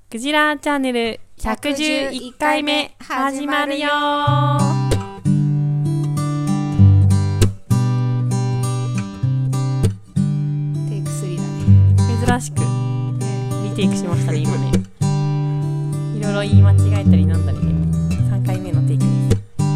クジラチャンネル111回目始まるよー。 テイク3だね。 珍しくリテイクしましたね今ね。いろいろ言い間違えたりなんだりで3回目のテイクです。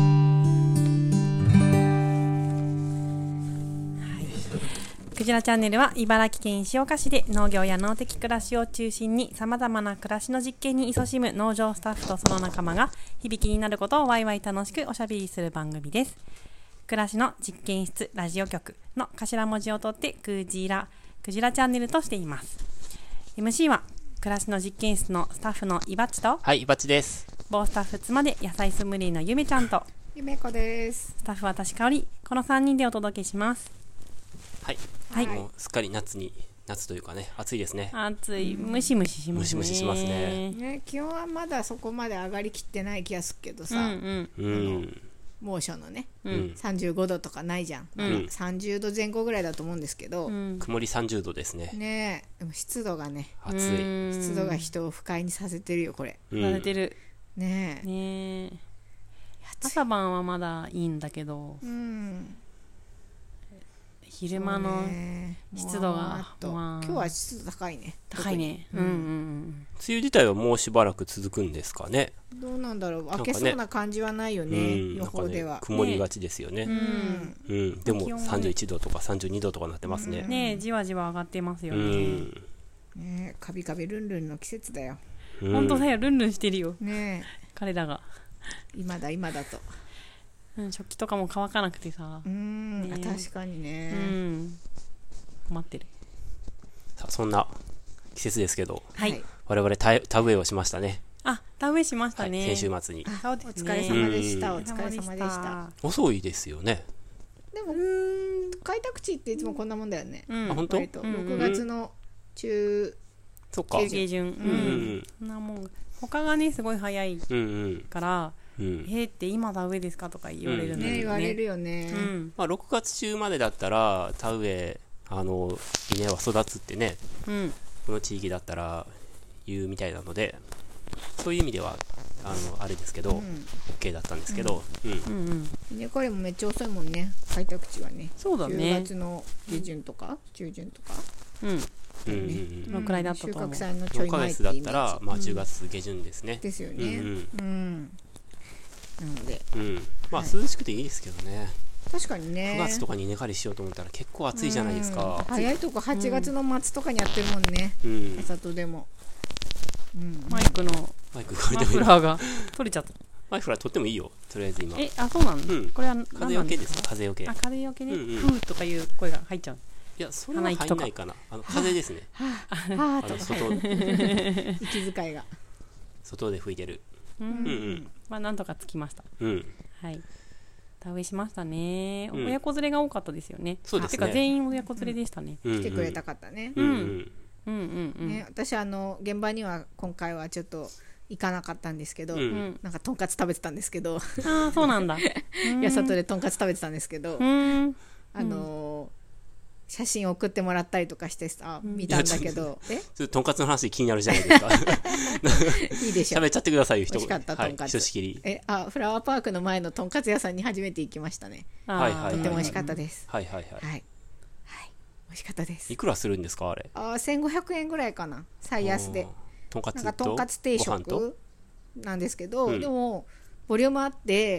クジラチャンネルは茨城県石岡市で農業や農的暮らしを中心に様々な暮らしの実験に勤しむ農場スタッフとその仲間が響きになることをワイワイ楽しくおしゃべりする番組です。暮らしの実験室ラジオ局の頭文字を取ってクジラチャンネルとしています。 MC は暮らしの実験室のスタッフのいばっちと、 はい、いばっちです。 某スタッフ妻で野菜ソムリエのゆめちゃんとゆめこです。 スタッフ私かおり、この3人でお届けします。 はい、 はい、 もうすっかり夏というかね、暑いですね。 暑い、ムシムシしますね。 ムシムシしますね。 気温はまだそこまで上がりきってない気がするけどさ、猛暑のね、35度とかないじゃん、30度前後ぐらいだと思うんですけど、 曇り30度ですね。 ねえ、でも湿度がね、 暑い。 湿度が人を不快にさせてるよこれ。 させてるねえ。 ねえ、朝晩はまだいいんだけど、昼間の湿度が、 今日は湿度高いね。 高いね。 梅雨自体はもうしばらく続くんですかね。 どうなんだろう、明けそうな感じはないよね、予報では。 曇りがちですよね。でも31度とか32度とかなってますね。 ねえ、じわじわ上がってますよね。 ねえ、カビカビルンルンの季節だよ。 本当だよ、ルンルンしてるよねえ、 彼らが今だと。 食器とかも乾かなくてさ、 確かにね、 困ってる。 さあ、そんな季節ですけど、我々田植えをしましたね。 田植えしましたね、 先週末に。 お疲れ様でした。お疲れ様でした。 遅いですよね。 でも開拓地っていつもこんなもんだよね。 本当 ？6月の中下旬、そんなもん。他がねすごい早いからって今田植えですかとか言われるんだけどね。 言われるよね。 6月中までだったら田植え稲は育つってね、この地域だったら言うみたいなので、そういう意味ではあれですけど、OK だったんですけど、 これもめっちゃ遅いもんね、開拓地はね。 そうだね、 10月の下旬とか中旬とか、 そのくらいだったと思う。 収穫祭のちょい前ってイメージ。 4ヶ月だったら10月下旬ですね。 ですよね。なので、 涼しくていいですけどね。 確かにね。 9月とかに稲刈りしようと思ったら結構暑いじゃないですか。 早いとこ8月の末とかにやってるもんね。お里でも。 マイクマフラーが取れちゃった。 マイフラー取ってもいいよ、とりあえず今。 そうなの？これは風よけですか？風よけ。 風よけね。ふーとかいう声が入っちゃう。 いや、それは入んないかな。風ですね。 外息遣いが外で吹いてる。 なんとかつきました。はい。田植えしましたね。親子連れが多かったですよね。 そうですね。 てか全員親子連れでしたね。 来てくれたかったね。私現場には今回はちょっと行かなかったんですけど、なんかとんかつ食べてたんですけど。 そうなんだ。 やさとでとんかつ食べてたんですけど、写真送ってもらったりとかしてさ、見たんだけど、 とんかつの話気になるじゃないですか。 いいでしょ。 喋っちゃってくださいよ。 美味しかったとんかつ。 ひとしきり。 フラワーパークの前のとんかつ屋さんに初めて行きましたね。とても美味しかったです。 はい。 美味しかったです。 いくらするんですかあれ ？1500円ぐらいかな、最安で。 とんかつとんかつ定食なんですけど、でもボリュームあって、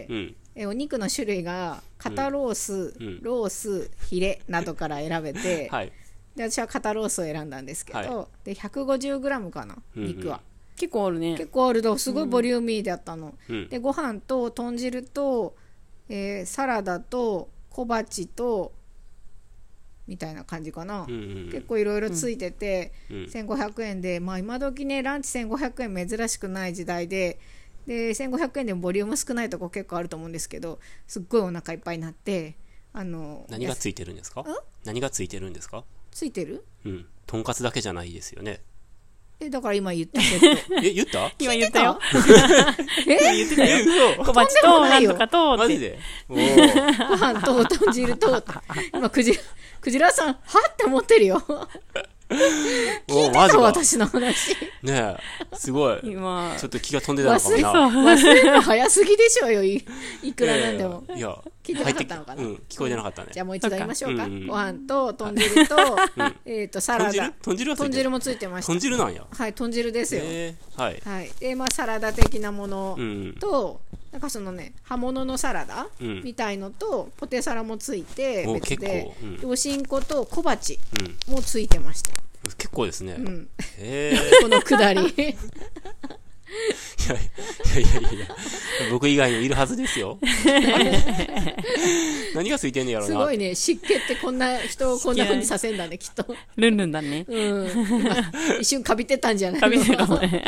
お肉の種類が肩ロース、ロース、ヒレなどから選べて、で私は肩ロースを選んだんですけど、で 150g かな、肉は結構あるね。 結構あるとすごいボリューミーだったの。でご飯と豚汁と、サラダと小鉢とみたいな感じかな。結構いろいろついてて、1500円で、今時ねランチ1500円珍しくない時代で、1500円でもボリューム少ないとこ結構あると思うんですけど、すっごいお腹いっぱいになって、 何がついてるんですか？何がついてるんですか？ ついてる？ とんかつだけじゃないですよね。 だから今言ったけど。 言った？ 今言ったよ。 言ってたよ。 小鉢となんとかとマジで。 ご飯と豚汁と今クジラさんはって思ってるよ。 おマジか。 私の話。 ねえ、すごい。 今ちょっと気が飛んでたのかもな。 忘れるの早すぎでしょうよ、いくらなんでも。 いや、 聞いてなかったのかな。 聞こえてなかったね。 じゃあもう一度言いましょうか。 そっかご飯と豚汁と、サラダ。 豚汁はついてる？ 豚汁もついてました。 豚汁なんや。 はい、豚汁ですよ。 はい。 はい。で、まあサラダ的なものと、なんかそのね、葉物のサラダみたいのと、ポテサラもついて、別で、おしんこと小鉢もついてました。 結構ですね。 このくだり。 いや、僕以外にもいるはずですよ。何がついてんのやろうな。 すごいね、湿気ってこんな人をこんな風にさせんだね、きっと。 ルンルンだね。 一瞬かびてたんじゃないの？ かびてるかもね。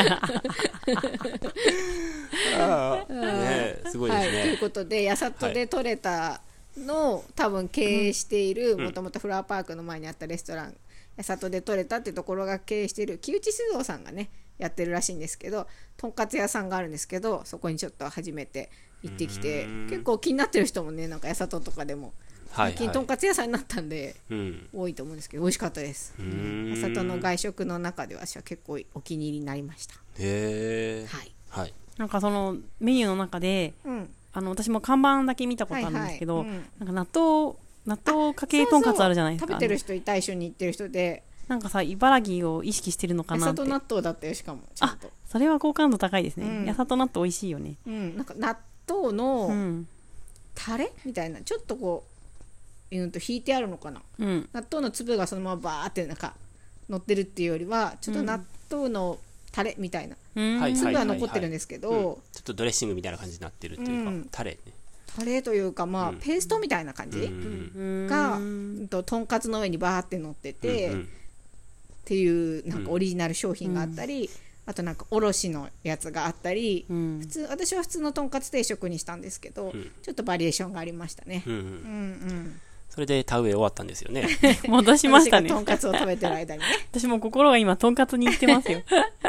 すごいですね。 ということで、八郷で採れたのを多分経営している、もともとフラワーパークの前にあったレストラン、八郷で採れたってところが経営している木内酒造さんがねやってるらしいんですけど、とんかつ屋さんがあるんですけど、そこにちょっと初めて行ってきて、結構気になってる人もね、なんか八郷とかでも最近とんかつ屋さんになったんで、多いと思うんですけど、美味しかったです。八郷の外食の中では私は結構お気に入りになりました。 へー、はい、 なんかそのメニューの中で、私も看板だけ見たことあるんですけど、なんか納豆かけとんかつあるじゃないですか。 食べてる人いた、一緒に行ってる人で、 なんかさ、茨城を意識してるのかなって。 八郷納豆だったよ、しかもちゃんと。 それは好感度高いですね。八郷納豆美味しいよね。 なんか納豆のタレみたいな、ちょっとこう引いてあるのかな、納豆の粒がそのままバーってなんか乗ってるっていうよりは、ちょっと納豆のタレみたいな粒が残ってるんですけど、ちょっとドレッシングみたいな感じになってるっていうか、タレね。 タレというか、まあペーストみたいな感じがとんかつの上にバーって乗ってて、っていうなんかオリジナル商品があったり、あとなんかおろしのやつがあったり、私は普通のとんかつ定食にしたんですけど、ちょっとバリエーションがありましたね。 それで田植え終わったんですよね。 戻しましたね。 私がとんかつを食べてる間にね。 私も心が今とんかつに行ってますよ。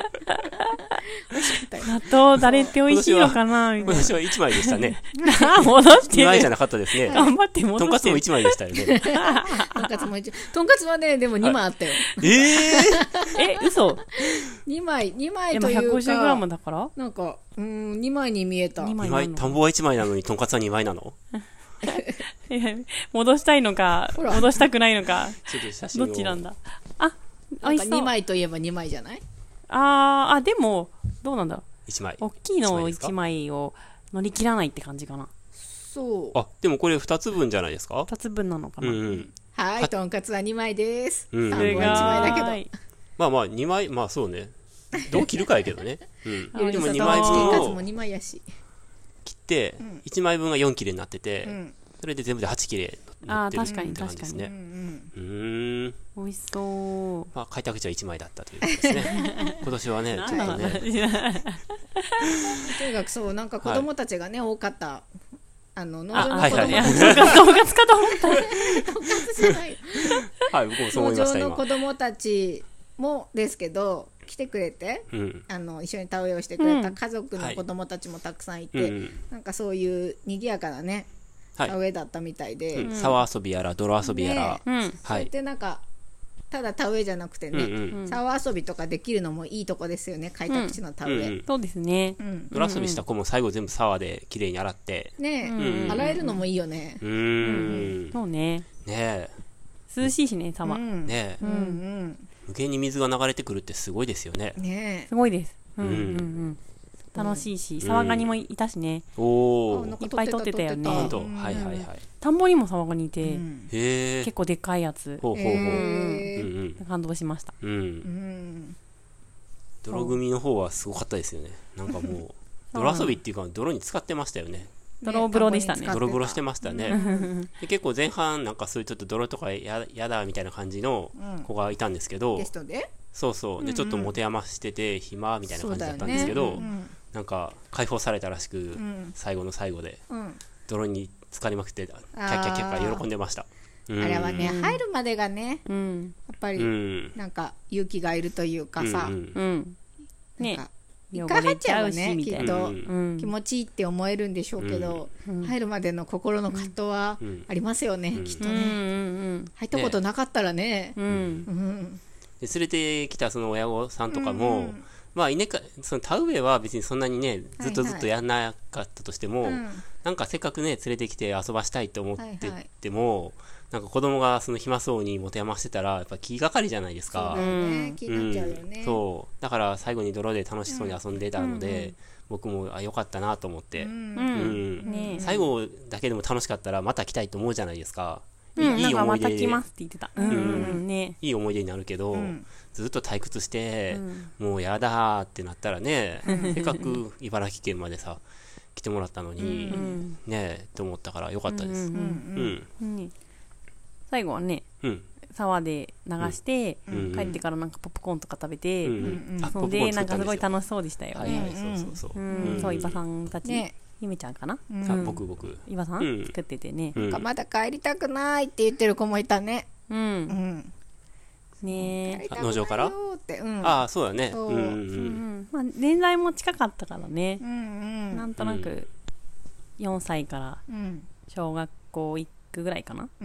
納豆だれって美味しいのかなみたいな。 私は1枚でしたね。 戻して 2枚じゃなかったですね。 頑張って戻して。 とんかつも1枚でしたよね。 とんかつはね、でも2枚あったよ。 嘘 ?2 枚というか。 150g だからなんか、2枚に見えた。 田んぼは1枚なのにとんかつは2枚なの？ 戻したいのか戻したくないのかどっちなんだ。 なんか2枚といえば2枚じゃない？ でもどうなんだろう、 1枚大きいの1枚を乗り切らないって感じかな。 そうでもこれ2つ分じゃないですか。 2つ分なのかな。 はい、とんかつは2枚です。3本は1枚だけど、 まあ2枚、まあそうね、どう切るかやけどね。 でも2枚分を切って1枚分が4切れになってて、それで全部で8切れ乗ってるって感じですね。 美味しそう。 まあ開拓地は1枚だったということですね。今年はね、ちょっとね。 とにかくそう、なんか子供たちがね、多かった。農場の子供たち。 とんかつかと思った。 とんかつじゃない。 はい、僕もそう思いました。 農場の子供たちもですけど、来てくれて、一緒に田植えをしてくれた家族の子供たちもたくさんいて、なんかそういう賑やかなね、田植えだったみたいで、 沢遊びやら泥遊びやら、 そうやってなんかただ田植えじゃなくてね、沢遊びとかできるのもいいとこですよね、開拓地の田植え。 そうですね。 泥遊びした子も最後全部沢できれいに洗ってね、洗えるのもいいよね。 そうね。 ね、 涼しいしね、沢ね。無限に水が流れてくるってすごいですよね。 すごいです。楽しいし、沢ガニもいたしね。いっぱい取ってたよね。田んぼにも沢ガニいて、結構でっかいやつ。感動しました。 泥組の方はすごかったですよね。なんかもう泥遊びっていうか泥に使ってましたよね。 泥風呂でしたね。 泥風呂してましたね。結構前半なんかそういうちょっと泥とかやだみたいな感じの子がいたんですけど、そうそうでちょっと持て余してて暇みたいな感じだったんですけど、なんか解放されたらしく、最後の最後で泥に浸かりまくってキャッキャッキャッキャ喜んでました。 あれはね、入るまでがね、やっぱりなんか勇気がいるというかさ、なんか一回入っちゃうね、きっと気持ちいいって思えるんでしょうけど、入るまでの心の葛藤はありますよね、きっとね。入ったことなかったらね。 で連れてきたその親御さんとかも、まあその田植えは別にそんなにねずっとやんなかったとしても、なんかせっかくね連れてきて遊ばしたいと思ってても、なんか子供がその暇そうに持て余してたらやっぱ気がかりじゃないですか。 そうだよね、気になっちゃうよね。 そうだから最後に泥で楽しそうに遊んでたので、僕も良かったなと思って、最後だけでも楽しかったらまた来たいと思うじゃないですか。いい思い出で、いい思い出になるけど、ずっと退屈して、もうやだーってなったらね、せっかく茨城県までさ来てもらったのに、ねって思ったから良かったです。 最後はね、沢で流して、帰ってからなんかポップコーンとか食べて、そんでなんかすごい楽しそうでしたよね。そう伊庭さんたち、ゆめちゃんかな、 僕伊庭さん作っててね、 なんかまだ帰りたくないって言ってる子もいたね。 ね農場から、ああそうだね。 まあ年代も近かったからね、なんとなく4歳から小学校行くぐらいかな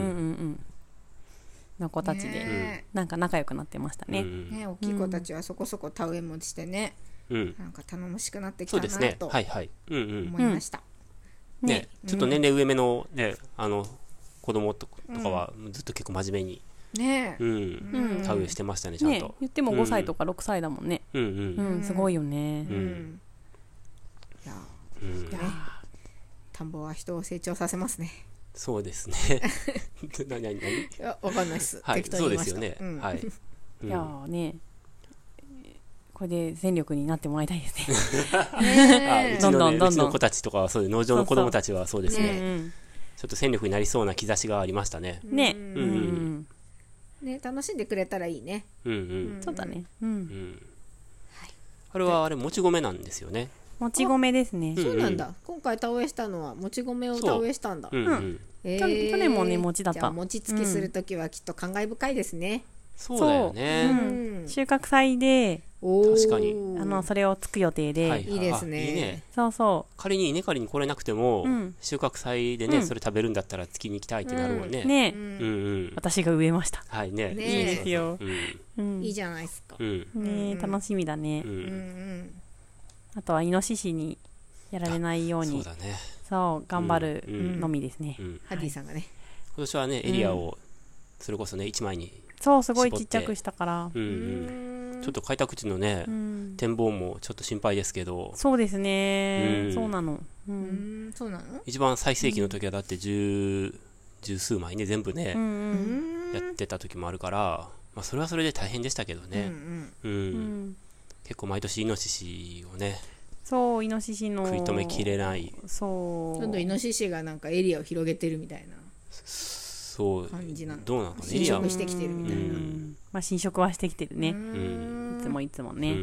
の子たちでなんか仲良くなってましたね。 大きい子たちはそこそこ田植えもしてね、なんか頼もしくなってきたなと思いました。 ね、ちょっと年齢上目のね子供とかはずっと結構真面目に田植えしてましたね、ちゃんと。 言っても5歳とか6歳だもんね。すごいよね。 いや田んぼは人を成長させますね。 そうですね。何わかんないです。適当に言いました。そうですよね。はい。 いやね、これで戦力になってもらいたいですね。どんどんうちの子たちとかそういう農場の子供たちはそうですね。ちょっと戦力になりそうな兆しがありましたね。 ね。 ね、楽しんでくれたらいいね。 そうだね。 あれはもち米なんですよね。 もち米ですね。 そうなんだ。今回田植えしたのはもち米を田植えしたんだ。去年もね餅だった。 じゃあ餅つきするときはきっと感慨深いですね。 そうだよね。 収穫祭で確かにそれをつく予定で、 いいですね。 そうそう。 仮に稲刈りに来れなくても収穫祭でねそれ食べるんだったらつきに行きたいってなるもんね。 ね、私が植えました。 はいね。いいですよ。 いいじゃないですか。 ね、楽しみだね。あとはイノシシにやられないように、そう頑張るのみですね。 ハディさんがね。 今年はねエリアをそれこそね1枚にそうすごいちっちゃくしたから、 ちょっと開拓地のね展望もちょっと心配ですけど。 そうですね。そうなの。 そうなの。 一番最盛期の時はだって十数枚ね全部ねやってた時もあるから、まあそれはそれで大変でしたけどね。結構毎年イノシシをね、 そうイノシシの食い止めきれない、 そうちょっとイノシシがなんかエリアを広げてるみたいな感じなの。 どうなのかね。 侵食してきてるみたいな。 まあ侵食はしてきてるね。いつもね。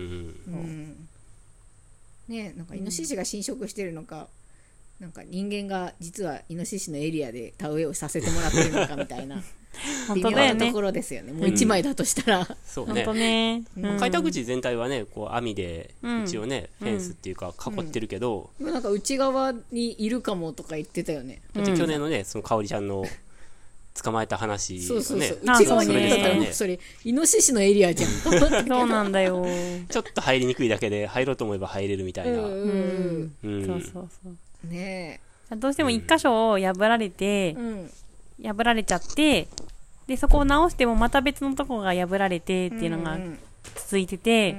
ね、 なんかイノシシが侵食してるのか、なんか人間が実はイノシシのエリアで田植えをさせてもらってるのかみたいな微妙なところですよね。もう1枚だとしたら。 そうね。開拓地全体はねこう網で一応ねフェンスっていうか囲ってるけど、 なんか内側にいるかもとか言ってたよね。 だって去年のねそのかおりちゃんの捕まえた話がね、 内側にいるんだったらそれイノシシのエリアじゃん。 そうなんだよ。 ちょっと入りにくいだけで入ろうと思えば入れるみたいな。 そうねえ。どうしても一箇所を破られて、破られちゃって、でそこを直してもまた別のとこが破られてっていうのが続いてて、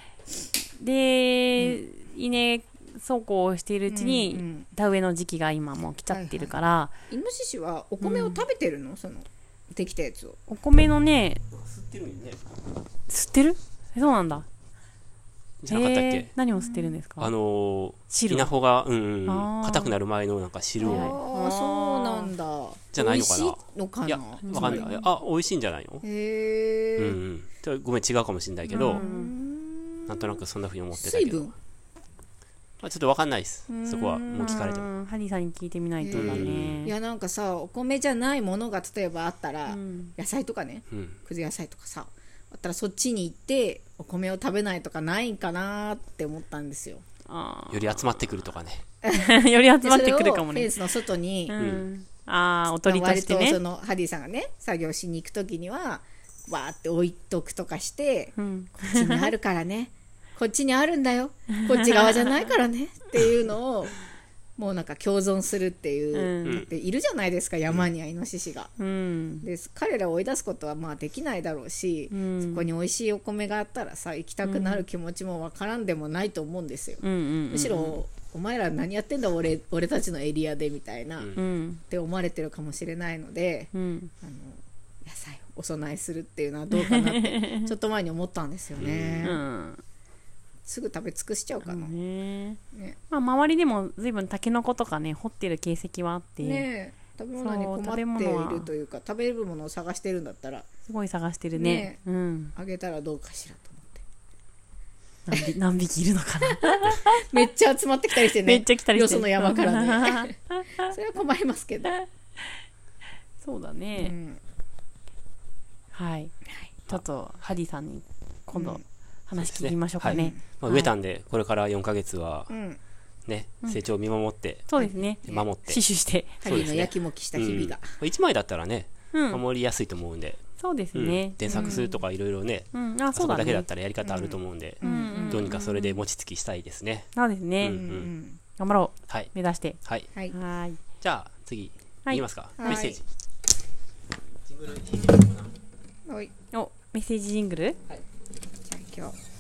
で稲走行をしているうちに田植えの時期が今もう来ちゃってるから、 イノシシはお米を食べてるの？そのできたやつを。 お米のね、 吸ってるよね。 吸ってる？そうなんだ。 じゃなかったっけ？ 何を吸ってるんですか？ 汁。稲穂が硬くなる前のなんか汁を。 そうなんだ。 じゃないのかな？ 美味しいのかな？ いやわかんない。美味しいんじゃないの？ へえ。ごめん違うかもしれないけど、なんとなくそんな風に思ってたけど。 水分？ ちょっとわかんないです。そこはもう聞かれても。 ハリーさんに聞いてみないとだね。 いやなんかさ、お米じゃないものが例えばあったら、野菜とかね、くず野菜とかさあったらそっちに行ってお米を食べないとかないんかなって思ったんですよ。 より集まってくるとかね。 より集まってくるかもね。 フェンスの外に、 おとりとしてね。 割とそのハディさんがね作業しに行くときにはわーって置いとくとかして、 うん、 こっちにあるからねこっちにあるんだよこっち側じゃないからねっていうのをもうなんか共存するっていう、だっているじゃないですか山にはイノシシが、で彼らを追い出すことはまあできないだろうし、そこに美味しいお米があったらさ行きたくなる気持ちもわからんでもないと思うんですよ、むしろお前ら何やってんだ俺たちのエリアでみたいな、って思われてるかもしれないので、野菜をお供えするっていうのはどうかなってちょっと前に思ったんですよね、すぐ食べ尽くしちゃうかな、 まあ、周りでも随分タケノコとかね掘ってる形跡はあって、 ね、食べ物に困っているというか食べるものを探してるんだったらすごい探してるね、 あげたらどうかしらと思って何匹いるのかなめっちゃ集まってきたりしてねめっちゃ来たりしてよその山からねそれは困りますけどそうだね、はい、ちょっとハディさんに今度、話聞きましょうかね。 植えたんでこれから4ヶ月はね、成長を見守って、 そうですね、 守って死守して、 針のやきもきした日々が 1枚だったらね守りやすいと思うんで、 そうですね、 電作するとかいろいろね、そこだけだったらやり方あると思うんで、どうにかそれで餅つきしたいですね。 そうですね、頑張ろう、目指して。 はい、じゃあ次いきますか。メッセージジングル弾いてみようかな。 お、メッセージジングル、 じゃあ今日